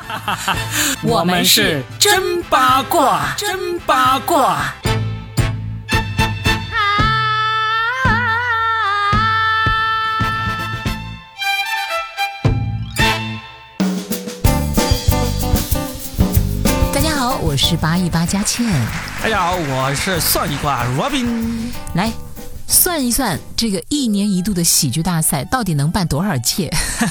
我们是真八卦，真八卦。 大家好，我是818佳倩。 大家好，我是算一卦 Robin。 来算一算，这个1年1度的喜剧大赛到底能办多少届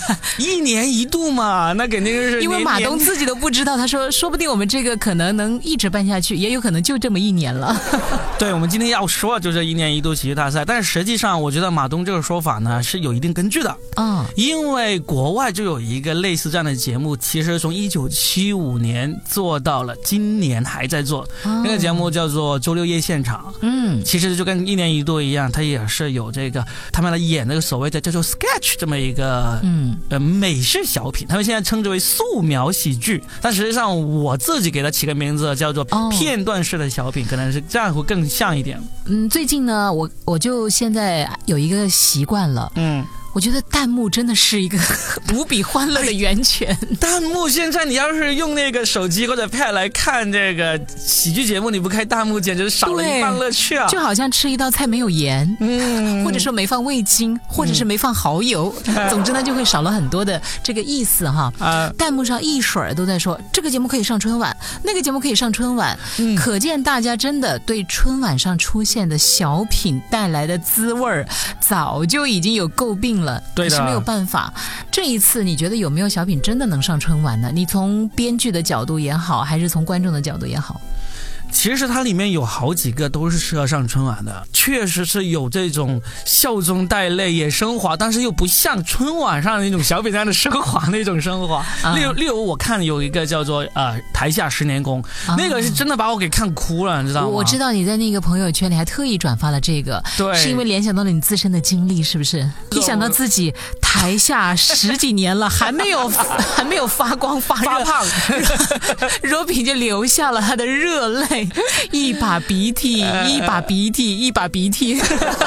？1年1度嘛，那肯定是因为马东自己都不知道，他说不定我们这个可能能一直办下去，也有可能就这么1年了。 对，我们今天要说就是1年1度喜剧大赛，但是实际上我觉得马东这个说法呢是有一定根据的。因为国外就有一个类似这样的节目，其实从1975年做到了今年还在做，那个节目叫做周六夜现场。其实就跟1年1度一样，它也是有这个他们来演那个所谓的叫做 sketch 这么一个美式小品，他们现在称之为素描喜剧，但实际上我自己给它起个名字叫做片段式的小品，可能是这样会更像一点。 最近呢我就现在有一个习惯了，我觉得弹幕真的是一个无比欢乐的源泉。 弹幕现在你要是用那个手机或者 pad 来看这个喜剧节目，你不开弹幕简直少了一半乐趣啊！ 就好像吃一道菜没有盐，或者说没放味精，或者是没放蚝油，总之呢就会少了很多的这个意思哈。弹幕上一水都在说这个节目可以上春晚，那个节目可以上春晚，可见大家真的对春晚上出现的小品带来的滋味早就已经有诟病了。 对的， 可是没有办法。这一次你觉得有没有小品真的能上春晚呢？你从编剧的角度也好，还是从观众的角度也好？ 其实它里面有好几个都是适合上春晚的，确实是有这种笑中带泪也升华，但是又不像春晚上那种小品那样的升华那种升华。例如我看有一个叫做台下10年功，那个是真的把我给看哭了，你知道吗？ 我知道你在那个朋友圈里还特意转发了这个， 对， 是因为联想到了你自身的经历，是不是？一想到自己台下10几年了，还没有发光发胖，若品就流下了他的热泪。一把鼻涕一把鼻涕一把鼻涕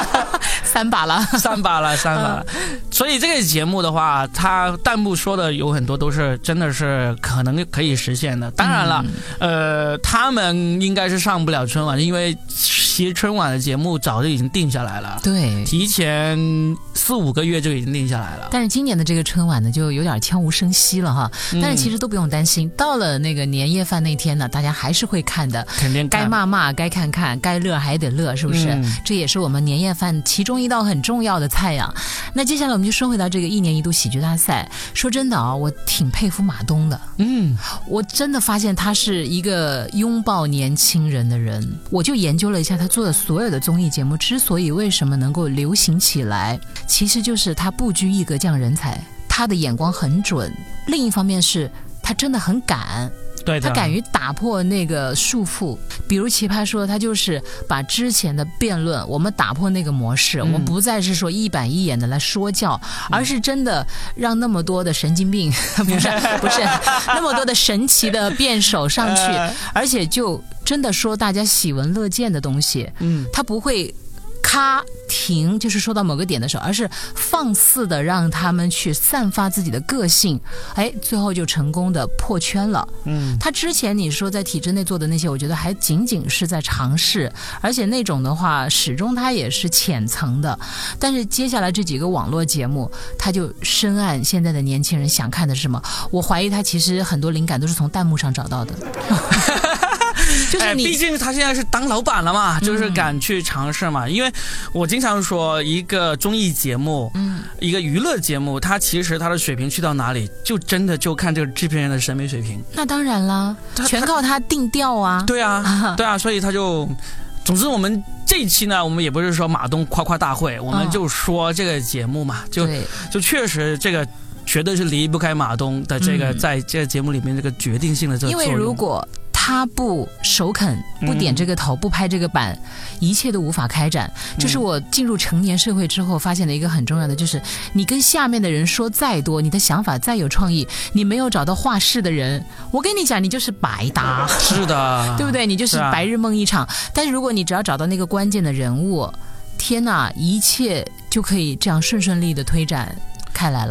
3把了。所以这个节目的话，他弹幕说的有很多都是真的是可能可以实现的。当然了，他们应该是上不了春晚，因为其实春晚的节目早就已经定下来了，对，提前4-5个月就已经定下来了。但是今年的这个春晚呢，就有点悄无声息了哈。但是其实都不用担心，到了那个年夜饭那天呢，大家还是会看的，肯定看，该骂该看，该乐还得乐，是不是？这也是我们年夜饭其中一道很重要的菜呀。那接下来我们就说回到这个1年1度喜剧大赛。说真的啊，我挺佩服马东的。我真的发现他是一个拥抱年轻人的人。我就研究了一下他做的所有的综艺节目，之所以为什么能够流行起来，其实就是他不拘一格降人才，他的眼光很准。另一方面是他真的很敢。对，他敢于打破那个束缚，比如奇葩说，他就是把之前的辩论，我们打破那个模式，我们不再是说一板一眼的来说教，而是真的让那么多的神经病，不是那么多的神奇的辩手上去，而且就真的说大家喜闻乐见的东西，他不会咔停，就是说到某个点的时候，而是放肆的让他们去散发自己的个性，最后就成功的破圈了。他之前你说在体制内做的那些，我觉得还仅仅是在尝试，而且那种的话始终他也是浅层的。但是接下来这几个网络节目，他就深谙现在的年轻人想看的是什么。我怀疑他其实很多灵感都是从弹幕上找到的。就是毕竟他现在是当老板了嘛，就是敢去尝试嘛。因为我经常说，一个综艺节目，一个娱乐节目，它其实它的水平去到哪里，就真的就看这个制片人的审美水平。那当然啦，全靠他定调啊。对啊，所以他就，总之我们这一期呢，我们也不是说马东夸夸大会，我们就说这个节目嘛，就确实这个绝对是离不开马东的这个在这个节目里面这个决定性的这个作用。因为如果他不首肯，不点这个头，不拍这个板，一切都无法开展。这是我进入成年社会之后发现的一个很重要的，就是你跟下面的人说再多，你的想法再有创意，你没有找到画室的人，我跟你讲，你就是白搭。是的，对不对？你就是白日梦一场。但是如果你只要找到那个关键的人物，天哪，一切就可以这样顺顺利的推展开来了。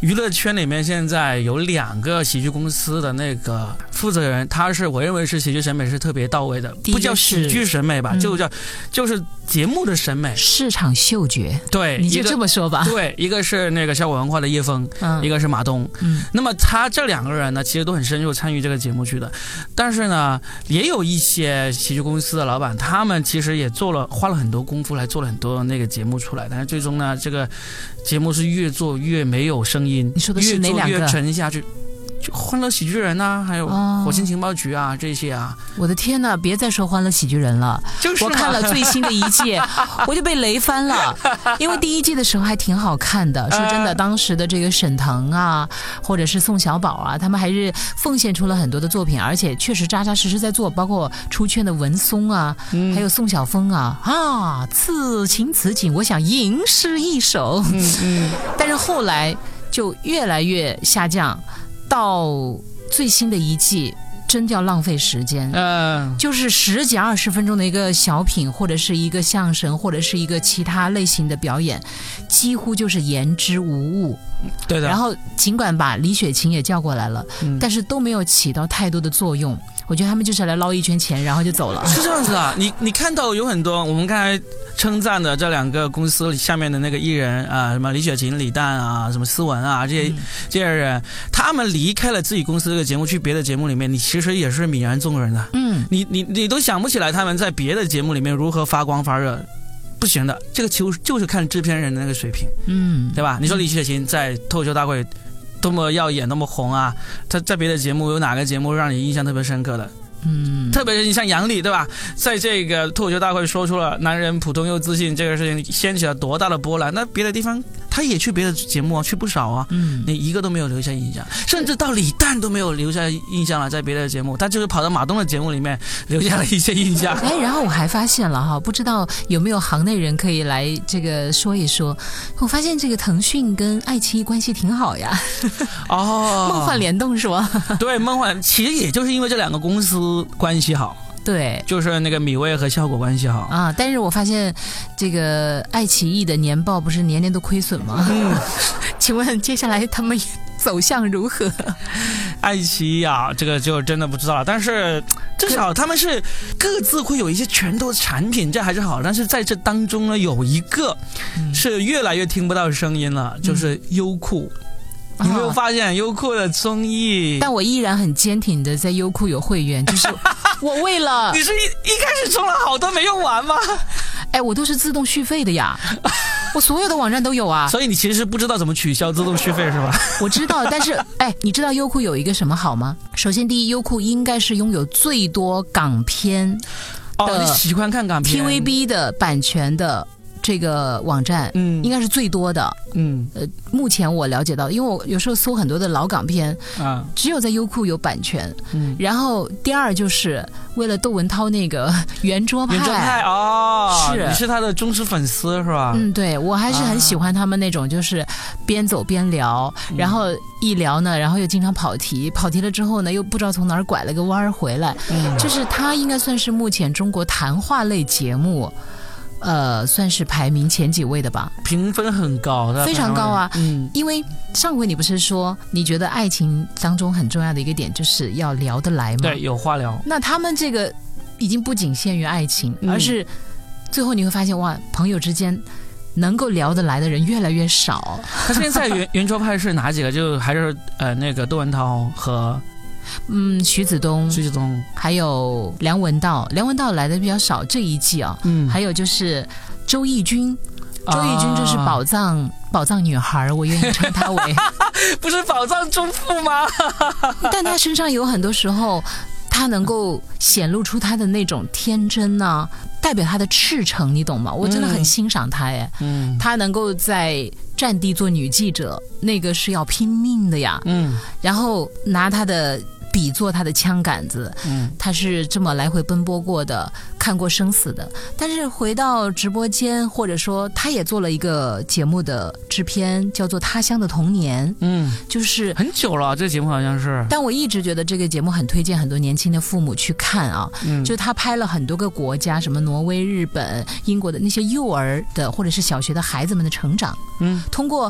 娱乐圈里面现在有2个喜剧公司的那个负责人，我认为是喜剧审美是特别到位的，不叫喜剧审美吧，就是节目的审美， 市场嗅觉。 对， 你就这么说吧。 对，一个是那个笑果文化的叶枫，一个是马东。那么他这2个人呢，其实都很深入参与这个节目去的。但是呢，也有一些喜剧公司的老板，他们其实也花了很多功夫来做了很多那个节目出来，但是最终呢，这个节目是越做越没有声音。 你说的是哪2个？ 越做越沉下去。就欢乐喜剧人啊，还有火星情报局啊，这些啊。 我的天哪，别再说欢乐喜剧人了。我看了最新的一季我就被雷翻了，因为第1季的时候还挺好看的。说真的，当时的这个沈腾啊，或者是宋小宝啊，他们还是奉献出了很多的作品，而且确实扎扎实实在做，包括出圈的文松啊，还有宋晓峰啊，此情此景，我想吟诗一首。但是后来就越来越下降，到最新的一季真叫浪费时间。就是10几20分钟的一个小品，或者是一个相声，或者是一个其他类型的表演，几乎就是言之无物。 对的。 然后尽管把李雪琴也叫过来了，但是都没有起到太多的作用。我觉得他们就是来捞一圈钱，然后就走了。 是这样子啊，你看到有很多我们刚才称赞的这2个公司下面的那个艺人啊，什么李雪琴、李诞啊，什么思文啊，这些人，他们离开了自己公司这个节目去别的节目里面，你其实也是泯然众人的。你都想不起来他们在别的节目里面如何发光发热。不行的，这个就是看制片人的那个水平，对吧？你说李雪琴在脱口秀大会多么耀眼，多么红啊！他在别的节目有哪个节目让你印象特别深刻的？特别是你像杨笠，对吧？在这个脱口秀大会说出了男人普通又自信这个事情，掀起了多大的波澜。那别的地方他也去别的节目啊，去不少啊，你一个都没有留下印象，甚至到李诞都没有留下印象了，在别的节目，他就是跑到马东的节目里面留下了一些印象。 然后我还发现了哈，不知道有没有行内人可以来这个说一说。我发现这个腾讯跟爱奇艺关系挺好呀。梦幻联动是吧？对， 梦幻其实也就是因为这2个公司关系好。 对， 就是那个米未和效果关系好啊。但是我发现这个爱奇艺的年报不是年年都亏损吗？请问接下来他们走向如何？ 爱奇艺啊，这个就真的不知道了。但是至少他们是各自会有一些拳头产品，这还是好。但是在这当中呢，有一个是越来越听不到声音了，就是优酷。你没有发现优酷的综艺？ 但我依然很坚挺的在优酷有会员，就是我为了你是一开始充了好多没用完吗？ 我都是自动续费的呀，我所有的网站都有啊。 所以你其实不知道怎么取消自动续费是吧？ 我知道，但是你知道优酷有一个什么好吗？首先第一，优酷应该是拥有最多港片你喜欢看港片 TVB 的版权的这个网站，应该是最多的。目前我了解到，因为我有时候搜很多的老港片，只有在优酷有版权。然后第二就是为了窦文涛那个圆桌派是你是他的忠实粉丝是吧？ 对，我还是很喜欢他们那种就是边走边聊，然后一聊呢，然后又经常跑题了之后呢，又不知道从哪儿拐了个弯回来。就是他应该算是目前中国谈话类节目算是排名前几位的吧， 评分很高的， 非常高啊。因为上回你不是说你觉得爱情当中很重要的一个点就是要聊得来吗？ 对，有话聊。 那他们这个已经不仅限于爱情，而是最后你会发现哇，朋友之间能够聊得来的人越来越少。 他现在圆桌派是哪几个？就还是那个窦文涛和徐子东还有梁文道来的比较少这一季啊。还有就是周轶君就是宝藏女孩，我愿意称她为不是宝藏中妇吗？ 但她身上有很多时候她能够显露出她的那种天真啊，代表她的赤诚，你懂吗？我真的很欣赏她耶。她能够在战地做女记者，那个是要拼命的呀。然后拿她的笔做他的枪杆子，他是这么来回奔波过的，看过生死的。但是回到直播间，或者说他也做了一个节目的制片，叫做《他乡的童年》。就是很久了，这个节目好像是。 但我一直觉得这个节目很推荐很多年轻的父母去看啊。就他拍了很多个国家，什么挪威、日本、英国的那些幼儿的或者是小学的孩子们的成长。通过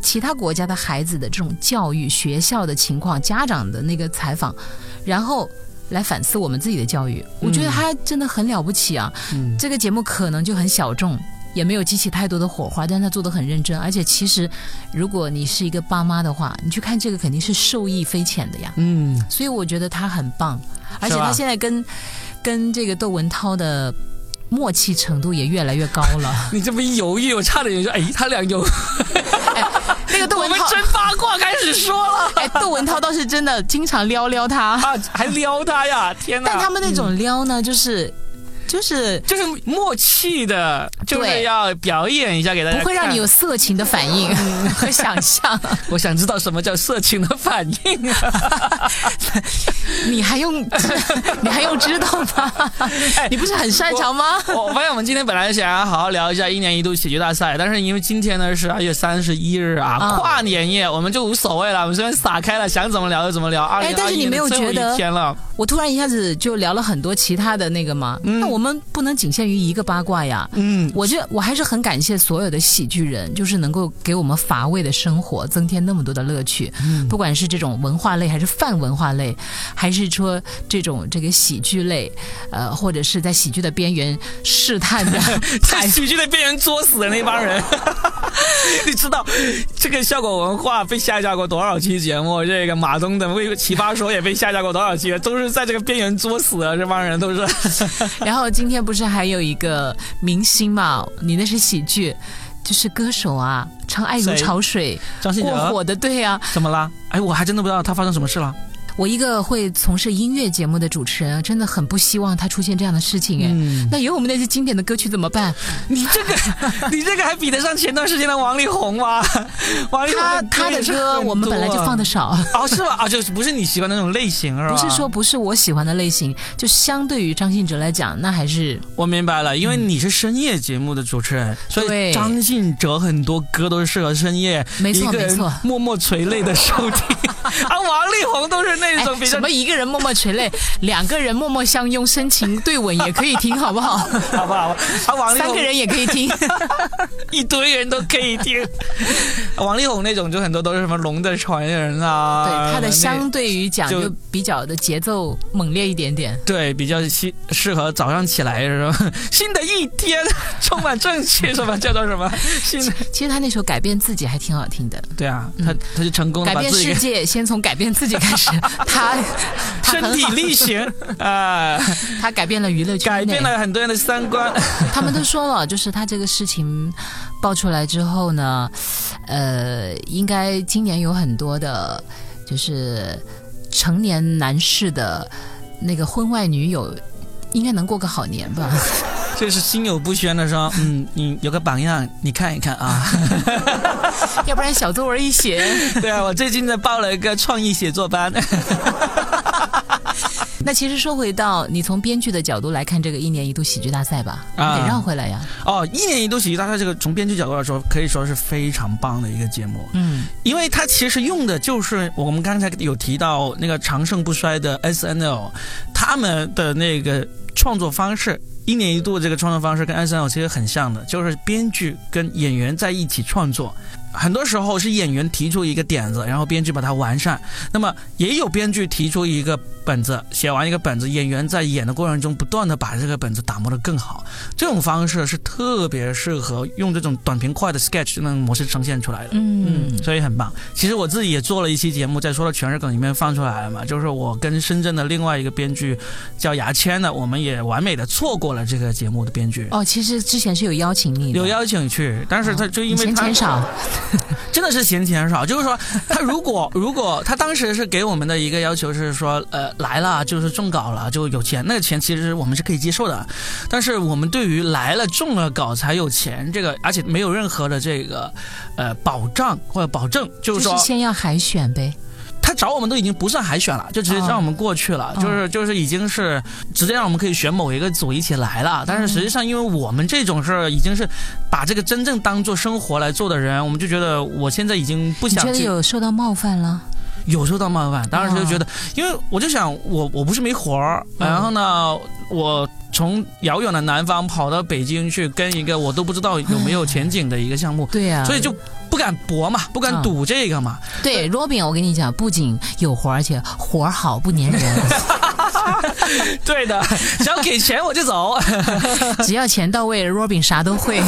其他国家的孩子的这种教育、学校的情况、家长的那个采访，然后来反思我们自己的教育。我觉得他真的很了不起啊。这个节目可能就很小众，也没有激起太多的火花，但他做得很认真。而且其实如果你是一个爸妈的话，你去看这个肯定是受益匪浅的呀。所以我觉得他很棒，而且他现在跟这个窦文涛的默契程度也越来越高了。 你这么一犹豫，我差点就说，他俩有那个窦文涛， 我们真八卦开始说了。 窦文涛倒是真的经常撩他啊，还撩他呀！天哪！ 但他们那种撩呢，就是默契的，就是要表演一下给大家看， 不会让你有色情的反应和想象。 我想知道什么叫色情的反应啊！ 你还用知道吗？你不是很擅长吗？ 我发现我们今天本来想要好好聊一下1年1度喜剧大赛，但是因为今天呢是2月31日啊，跨年夜，我们就无所谓了，我们随便撒开了，想怎么聊就怎么聊。 但是你没有觉得我突然一下子就聊了很多其他的那个吗？那我们不能仅限于一个八卦呀。我觉得我还是很感谢所有的喜剧人，就是能够给我们乏味的生活增添那么多的乐趣。不管是这种文化类，还是泛文化类，还是说这个喜剧类，或者是在喜剧的边缘试探的， 在喜剧的边缘作死的那帮人。你知道这个效果文化被下架过多少期节目？这个马东的为奇葩说也被下架过多少期？都是在这个边缘作死的这帮人都是。 然后今天不是还有一个明星嘛？你那是喜剧，就是歌手啊，唱《爱如潮水》 张信哲过火的，对啊。 怎么啦？我还真的不知道他发生什么事了。 我一个会从事音乐节目的主持人，真的很不希望他出现这样的事情。那有我们那些经典的歌曲怎么办？ 你这个还比得上前段时间的王力宏吗？王力宏他的歌我们本来就放得少。 是吧？就不是你喜欢的那种类型是吧？ 不是我喜欢的类型，就相对于张信哲来讲，那还是我明白了，因为你是深夜节目的主持人，所以张信哲很多歌都是适合深夜， 没错， 默默垂泪的收听。王力宏都是那种比较什么一个人默默垂泪，2个人默默相拥，深情对吻也可以听，好不好？ 好不好？王力宏 3个人也可以听， 一堆人都可以听。王力宏那种就很多都是什么龙的传人啊， 对，他的相对于讲就比较的节奏猛烈一点点， 对，比较适合早上起来是吧？新的一天充满正气，什么叫做什么？ 其实他那首改变自己还挺好听的。 对啊，他就成功改变世界，先从改变自己开始。他身体力行啊， 他改变了娱乐圈， 改变了很多人的三观。 他们都说了，就是他这个事情爆出来之后呢，应该今年有很多的，就是成年男士的那个婚外女友，应该能过个好年吧。 这是心有不宣的说，你有个榜样，你看一看啊。 要不然小作文一写。 对啊，我最近在报了一个创意写作班。 那其实说回到你从编剧的角度来看这个1年1度喜剧大赛吧，得绕回来呀。1 年1度喜剧大赛这个从编剧角度来说，可以说是非常棒的一个节目。因为它其实用的就是我们刚才有提到那个长盛不衰的 SNL， 他们的那个创作方式。1年1度这个创作方式跟 SNL 其实很像的，就是编剧跟演员在一起创作。很多时候是演员提出一个点子，然后编剧把它完善。那么也有编剧提出一个本子，写完一个本子，演员在演的过程中不断的把这个本子打磨得更好。这种方式是特别适合用这种短平快的 sketch 那种模式呈现出来的。所以很棒。其实我自己也做了一期节目，在说的全是梗里面放出来了嘛，就是我跟深圳的另外一个编剧叫牙签的，我们也完美的错过了这个节目的编剧。 其实之前是有邀请你的， 有邀请去，但是他就因为他钱少。 真的是嫌钱少，就是说他如果他当时是给我们的一个要求是说来了就是中稿了就有钱，那个钱其实我们是可以接受的，但是我们对于来了中了稿才有钱这个，而且没有任何的这个保障或者保证，就是说先要海选呗。 他找我们都已经不算海选了，就直接让我们过去了，就是已经是直接让我们可以选某一个组一起来了。但是实际上，因为我们这种是已经是把这个真正当做生活来做的人，我们就觉得我现在已经不想。 你觉得有受到冒犯了？ 有受到冒犯，当时就觉得，因为我就想我不是没活儿，然后呢，我从遥远的南方跑到北京去跟一个我都不知道有没有前景的一个项目， 对呀， 所以就不敢搏嘛，不敢赌这个嘛。 对 ，Robin， 我跟你讲，不仅有活，而且活好不粘人。 对的，只要给钱我就走， 只要钱到位 ，Robin 啥都会。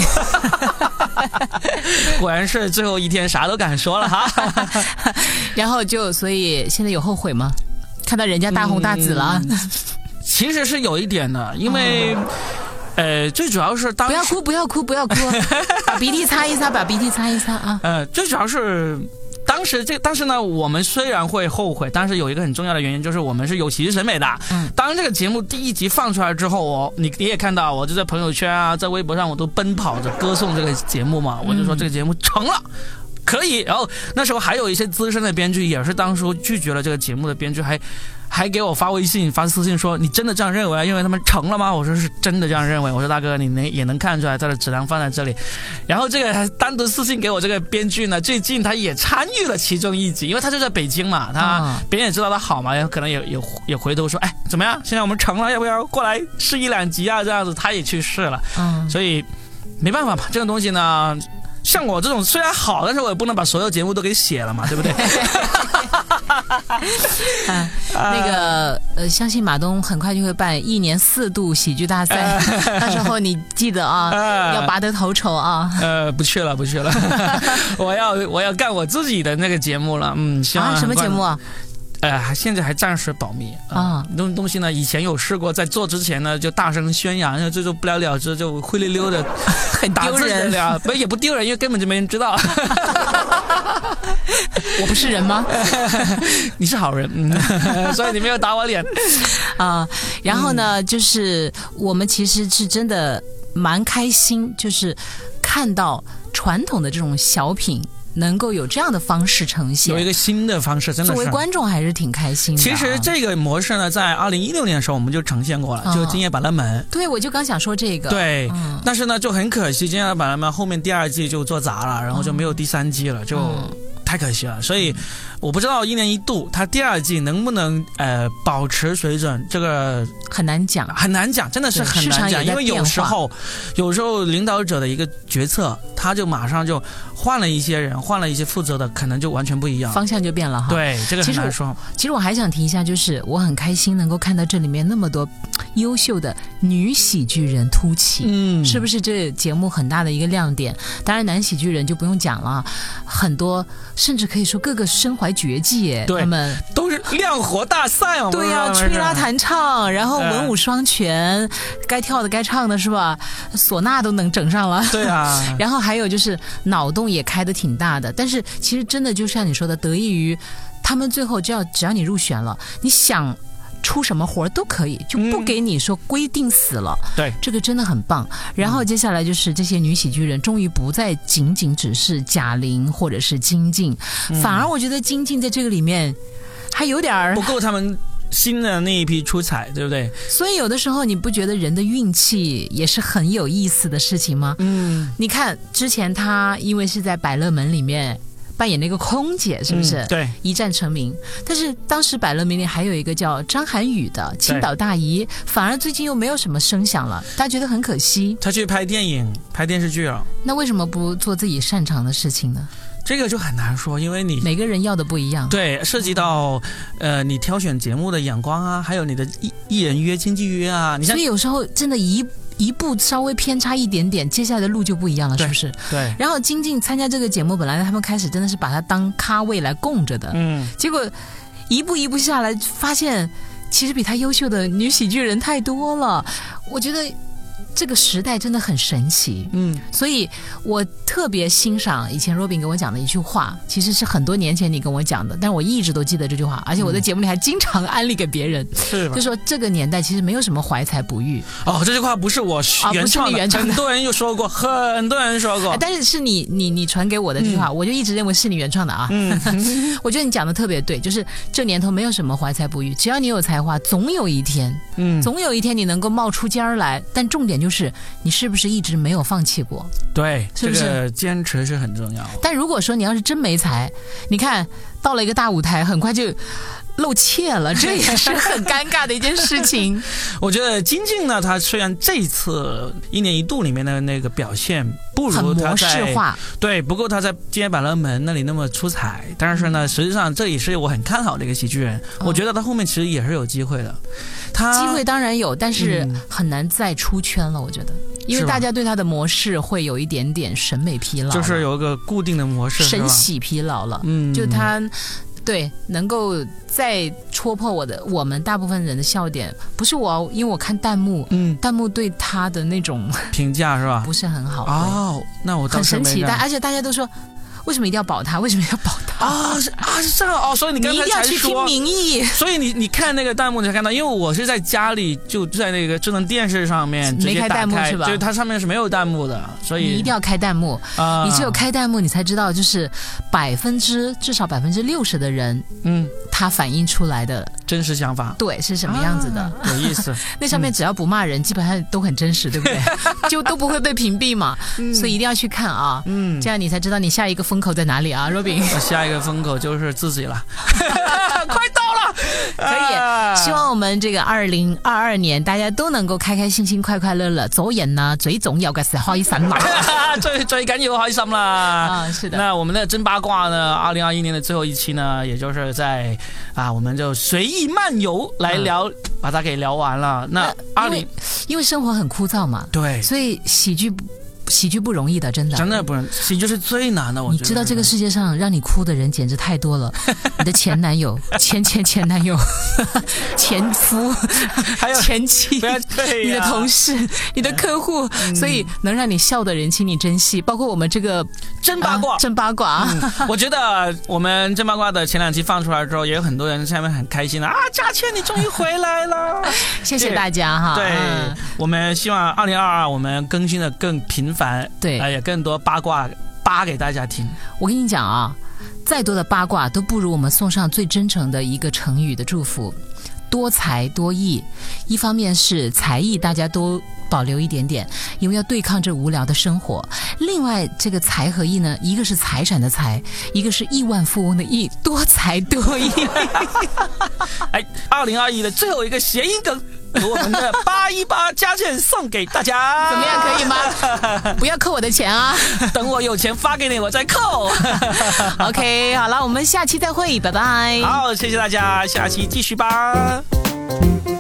果然是最后一天啥都敢说了哈。 然后所以现在有后悔吗？看到人家大红大紫了。 其实是有一点的，因为最主要是当时不要哭，把鼻涕擦一擦啊。 最主要是当时呢，我们虽然会后悔，但是有一个很重要的原因，就是我们是有喜剧审美的。当这个节目第一集放出来之后，你也看到，我就在朋友圈啊，在微博上，我都奔跑着歌颂这个节目嘛，我就说这个节目成了。可以，然后那时候还有一些资深的编剧也是当初拒绝了这个节目的编剧，还给我发微信发私信说你真的这样认为啊？因为他们成了吗？我说是真的这样认为。我说大哥你也能看出来他的质量放在这里。然后这个还单独私信给我这个编剧呢，最近他也参与了其中一集，因为他就在北京嘛，别人也知道他好嘛，可能也回头说，哎怎么样？现在我们成了，要不要过来试1-2集啊？这样子他也去试了。所以没办法嘛，这种东西呢。像我这种虽然好，但是我也不能把所有节目都给写了嘛，对不对？ 那个相信马东很快就会办1年4度喜剧大赛，到时候你记得啊，要拔得头筹啊。 不去了，我要干我自己的那个节目了。希望什么节目啊？ 现在还暂时保密啊。东西呢，以前有试过，在做之前呢就大声宣扬，然后最后不了了之，就灰溜溜的， 很丢人啊。也不丢人，因为根本就没人知道。 我不是人吗？ 你是好人，所以你没有打我脸啊。然后呢，就是我们其实是真的蛮开心，就是看到传统的这种小品。能够有这样的方式呈现， 有一个新的方式，真的是作为观众还是挺开心的。 其实这个模式呢，在2016年的时候我们就呈现过了，就今夜百乐门。 对，我就刚想说这个。 对，但是呢就很可惜，今夜百乐门后面第2季就做砸了，然后就没有第3季了，就太可惜了。所以我不知道1年1度它第2季能不能保持水准，这个很难讲， 真的是很难讲，因为有时候领导者的一个决策，他就马上就换了一些人，换了一些负责的，可能就完全不一样， 方向就变了哈。 对，这个很难说。 其实我还想提一下，就是我很开心能够看到这里面那么多优秀的女喜剧人突起，是不是这节目很大的一个亮点？当然男喜剧人就不用讲了，很多甚至可以说各个身怀绝技，他们都是亮活大赛嘛。 对呀，吹拉弹唱，然后文武双全，该跳的该唱的是吧？唢呐都能整上了。 对啊。 然后还有就是脑洞也开得挺大的，但是其实真的就像你说的，得益于他们最后只要你入选了，你想出什么活都可以，就不给你说规定死了。 对， 这个真的很棒。然后接下来就是这些女喜剧人终于不再仅仅只是贾玲或者是金靖，反而我觉得金靖在这个里面还有点不够他们新的那一批出彩，对不对？ 所以有的时候你不觉得人的运气也是很有意思的事情吗？你看之前他因为是在百乐门里面扮演那个空姐，是不是？ 对， 一战成名。但是当时百乐门里还有一个叫张涵予的青岛大姨，反而最近又没有什么声响了，大家觉得很可惜。 他去拍电影拍电视剧了， 那为什么不做自己擅长的事情呢？ 这个就很难说，因为你每个人要的不一样。 对，涉及到你挑选节目的眼光啊，还有你的艺人约、经纪约啊， 所以有时候真的一步稍微偏差一点点，接下来的路就不一样了，是不是？ 对。 然后金靖参加这个节目，本来他们开始真的是把他当咖位来供着的，结果一步下来，发现其实比他优秀的女喜剧人太多了。我觉得这个时代真的很神奇，所以我特别欣赏以前 Robin 跟我讲的一句话，其实是很多年前你跟我讲的，但我一直都记得这句话，而且我在节目里还经常安利给别人，就说这个年代其实没有什么怀才不遇。这句话不是我原创的，很多人又说过，很多人说过， 但是你传给我的这句话，我就一直认为是你原创的啊。我觉得你讲的特别对，就是这年头没有什么怀才不遇，只要你有才华，总有一天你能够冒出尖儿来，但重点就是你是不是一直没有放弃过？ 对， 是不是？ 这个坚持是很重要。 但如果说你要是真没才，你看到了一个大舞台，很快就露怯了，这也是很尴尬的一件事情。 我觉得金靖呢，他虽然这一次一年一度里面的那个表现不如他在很模式化， 对，不够他在今天百乐门那里那么出彩，但是呢，实际上这也是我很看好的一个喜剧人，我觉得他后面其实也是有机会的。 机会当然有，但是很难再出圈了，我觉得。因为大家对他的模式会有一点点审美疲劳， 就是有一个固定的模式， 审喜疲劳了。就他对能够再戳破我们大部分人的笑点，不是我，因为我看弹幕，弹幕对他的那种评价是吧， 不是很好哦。那我很神奇，而且大家都说，为什么一定要保他？为什么要保他？ 是这样哦，所以你刚才才说， 你一定要去听民意。 所以你看那个弹幕，你才看到，因为我是在家里就在那个智能电视上面直接打开， 没开弹幕是吧？ 就是它上面是没有弹幕的，所以你一定要开弹幕。你只有开弹幕，你才知道就是至少60%的人，他反映出来的真实想法， 对，是什么样子的， 有意思。 那上面只要不骂人，基本上都很真实，对不对？就都不会被屏蔽嘛。所以一定要去看啊，这样你才知道你下一个风口在哪里啊，Robin。 下一个风口就是自己了，快到了， 可以。希望我们这个2022年大家都能够开开心心、快快乐乐。做人呢，最重要嘅是開心啦， 最緊要開心啦。 是的。 那我们的真八卦呢，2021年的最后一期呢，也就是在我们就随意漫游来聊，把它给聊完了。那因为生活很枯燥嘛， 对， 所以喜剧不容易的，真的不容易，喜剧是最难的。我觉得你知道这个世界上让你哭的人简直太多了，你的前男友、前男友、前夫， 还有前妻，你的同事、你的客户，所以能让你笑的人，请你珍惜。包括我们这个真八卦，我觉得我们真八卦的前2期放出来之后，也有很多人下面很开心的佳倩你终于回来了， 谢谢大家哈。 对，我们希望2022我们更新的更频繁， 对， 也更多八卦扒给大家听。 我跟你讲啊，再多的八卦都不如我们送上最真诚的一个成语的祝福，多才多艺。一方面是才艺大家都保留一点点，因为要对抗这无聊的生活。另外这个才和艺呢，一个是财产的财，一个是亿万富翁的亿，多才多艺。 2021的最后一个谐音梗，由我们的818佳倩送给大家， 怎么样，可以吗？不要扣我的钱啊， 等我有钱发给你我再扣。 OK， 好了，我们下期再会，拜拜。 好，谢谢大家，下期继续吧。